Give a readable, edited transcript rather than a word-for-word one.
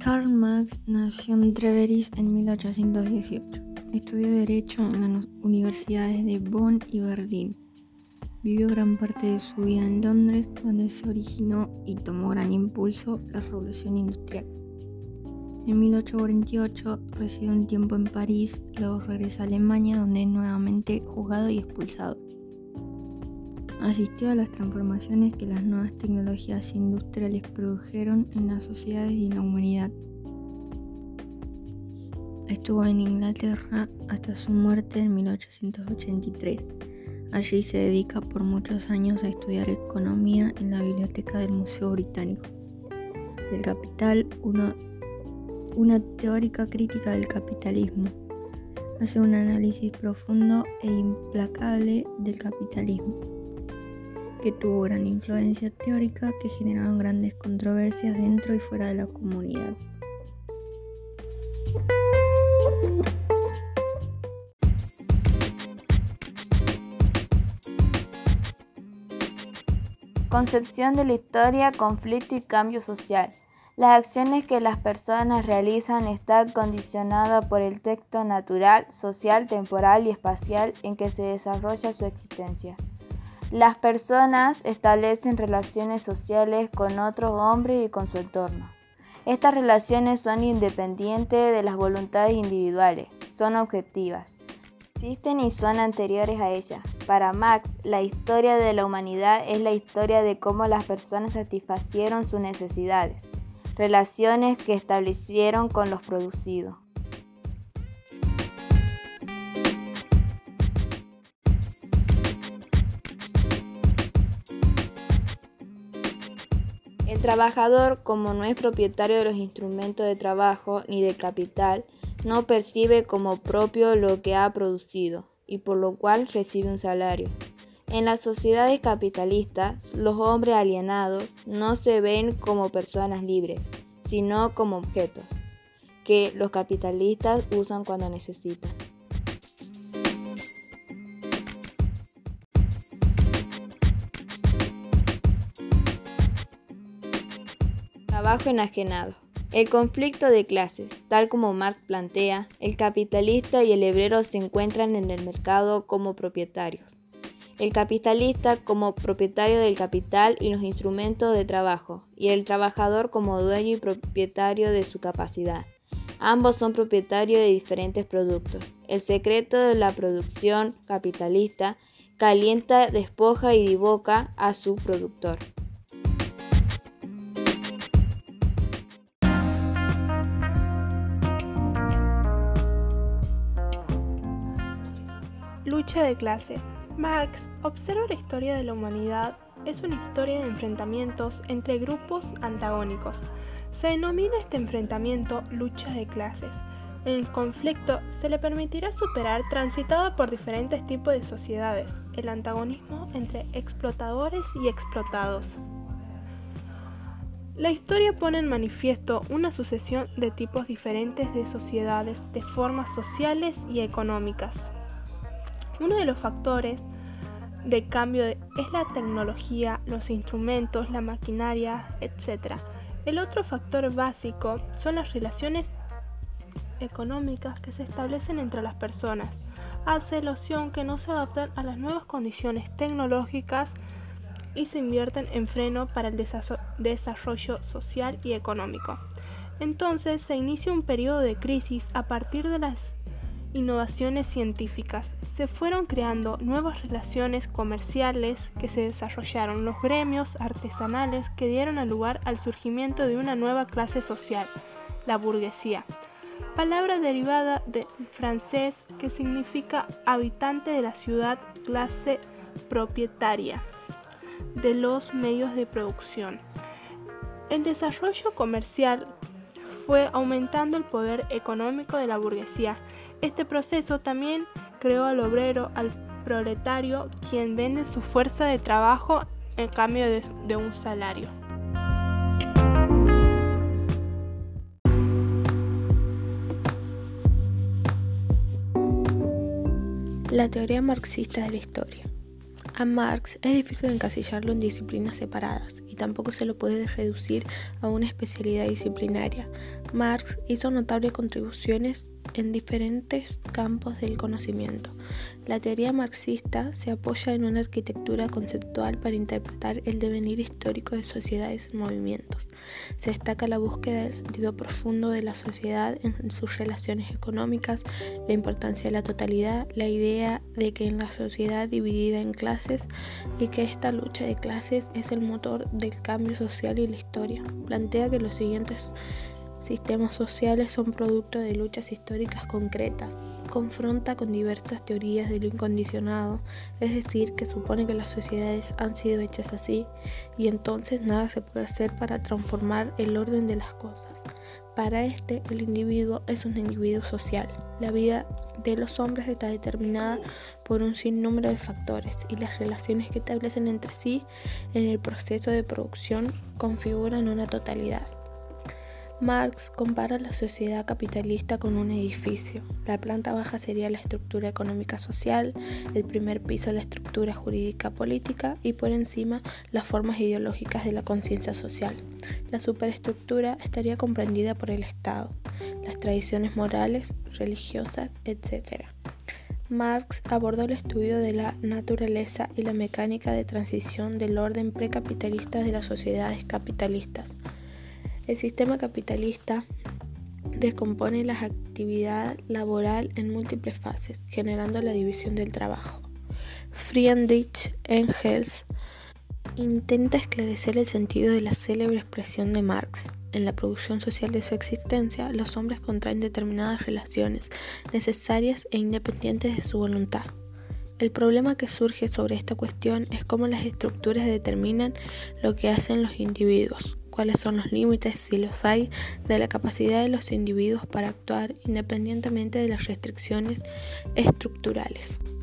Karl Marx nació en Trèveris en 1818. Estudió Derecho en las universidades de Bonn y Berlín. Vivió gran parte de su vida en Londres, donde se originó y tomó gran impulso la Revolución Industrial. En 1848 reside un tiempo en París, luego regresa a Alemania, donde es nuevamente juzgado y expulsado. Asistió a las transformaciones que las nuevas tecnologías industriales produjeron en las sociedades y en la humanidad. Estuvo en Inglaterra hasta su muerte en 1883. Allí se dedica por muchos años a estudiar economía en la biblioteca del Museo Británico. El Capital, una teórica crítica del capitalismo. Hace un análisis profundo e implacable del capitalismo, que tuvo gran influencia teórica que generaron grandes controversias dentro y fuera de la comunidad. Concepción de la historia, conflicto y cambio social. Las acciones que las personas realizan están condicionadas por el texto natural, social, temporal y espacial en que se desarrolla su existencia. Las personas establecen relaciones sociales con otros hombres y con su entorno. Estas relaciones son independientes de las voluntades individuales, son objetivas, existen y son anteriores a ellas. Para Marx, la historia de la humanidad es la historia de cómo las personas satisfacieron sus necesidades, relaciones que establecieron con los producidos. El trabajador, como no es propietario de los instrumentos de trabajo ni del capital, no percibe como propio lo que ha producido y por lo cual recibe un salario. En las sociedades capitalistas, los hombres alienados no se ven como personas libres, sino como objetos, que los capitalistas usan cuando necesitan. Trabajo enajenado. El conflicto de clases, tal como Marx plantea, el capitalista y el obrero se encuentran en el mercado como propietarios. El capitalista como propietario del capital y los instrumentos de trabajo, y el trabajador como dueño y propietario de su capacidad. Ambos son propietarios de diferentes productos. El secreto de la producción capitalista calienta, despoja y divoca a su productor. Lucha de clase. Marx observa la historia de la humanidad es una historia de enfrentamientos entre grupos antagónicos. Se denomina este enfrentamiento lucha de clases. El conflicto se le permitirá superar transitado por diferentes tipos de sociedades, el antagonismo entre explotadores y explotados. La historia pone en manifiesto una sucesión de tipos diferentes de sociedades, de formas sociales y económicas. Uno de los factores de cambio es la tecnología, los instrumentos, la maquinaria, etc. El otro factor básico son las relaciones económicas que se establecen entre las personas, aceleración que no se adaptan a las nuevas condiciones tecnológicas y se invierten en freno para el desarrollo social y económico. Entonces se inicia un periodo de crisis a partir de las innovaciones científicas. Se fueron creando nuevas relaciones comerciales que se desarrollaron, los gremios artesanales que dieron lugar al surgimiento de una nueva clase social, la burguesía, palabra derivada del francés que significa habitante de la ciudad, clase propietaria de los medios de producción. El desarrollo comercial fue aumentando el poder económico de la burguesía. Este proceso también creó al obrero, al proletario, quien vende su fuerza de trabajo en cambio de un salario. La teoría marxista de la historia. A Marx es difícil encasillarlo en disciplinas separadas y tampoco se lo puede reducir a una especialidad disciplinaria. Marx hizo notables contribuciones en diferentes campos del conocimiento. La teoría marxista se apoya en una arquitectura conceptual para interpretar el devenir histórico de sociedades en movimientos. Se destaca la búsqueda del sentido profundo de la sociedad en sus relaciones económicas, la importancia de la totalidad, la idea de que en la sociedad dividida en clases y que esta lucha de clases es el motor del cambio social y la historia. Plantea que los siguientes sistemas sociales son producto de luchas históricas concretas. Confronta con diversas teorías de lo incondicionado, es decir, que supone que las sociedades han sido hechas así y entonces nada se puede hacer para transformar el orden de las cosas. Para el individuo es un individuo social. La vida de los hombres está determinada por un sinnúmero de factores y las relaciones que establecen entre sí en el proceso de producción configuran una totalidad. Marx compara la sociedad capitalista con un edificio. La planta baja sería la estructura económica social, el primer piso la estructura jurídica política y por encima las formas ideológicas de la conciencia social. La superestructura estaría comprendida por el Estado, las tradiciones morales, religiosas, etc. Marx abordó el estudio de la naturaleza y la mecánica de transición del orden precapitalista de las sociedades capitalistas. El sistema capitalista descompone la actividad laboral en múltiples fases, generando la división del trabajo. Friedrich Engels intenta esclarecer el sentido de la célebre expresión de Marx. En la producción social de su existencia, los hombres contraen determinadas relaciones necesarias e independientes de su voluntad. El problema que surge sobre esta cuestión es cómo las estructuras determinan lo que hacen los individuos. Cuáles son los límites, si los hay, de la capacidad de los individuos para actuar independientemente de las restricciones estructurales.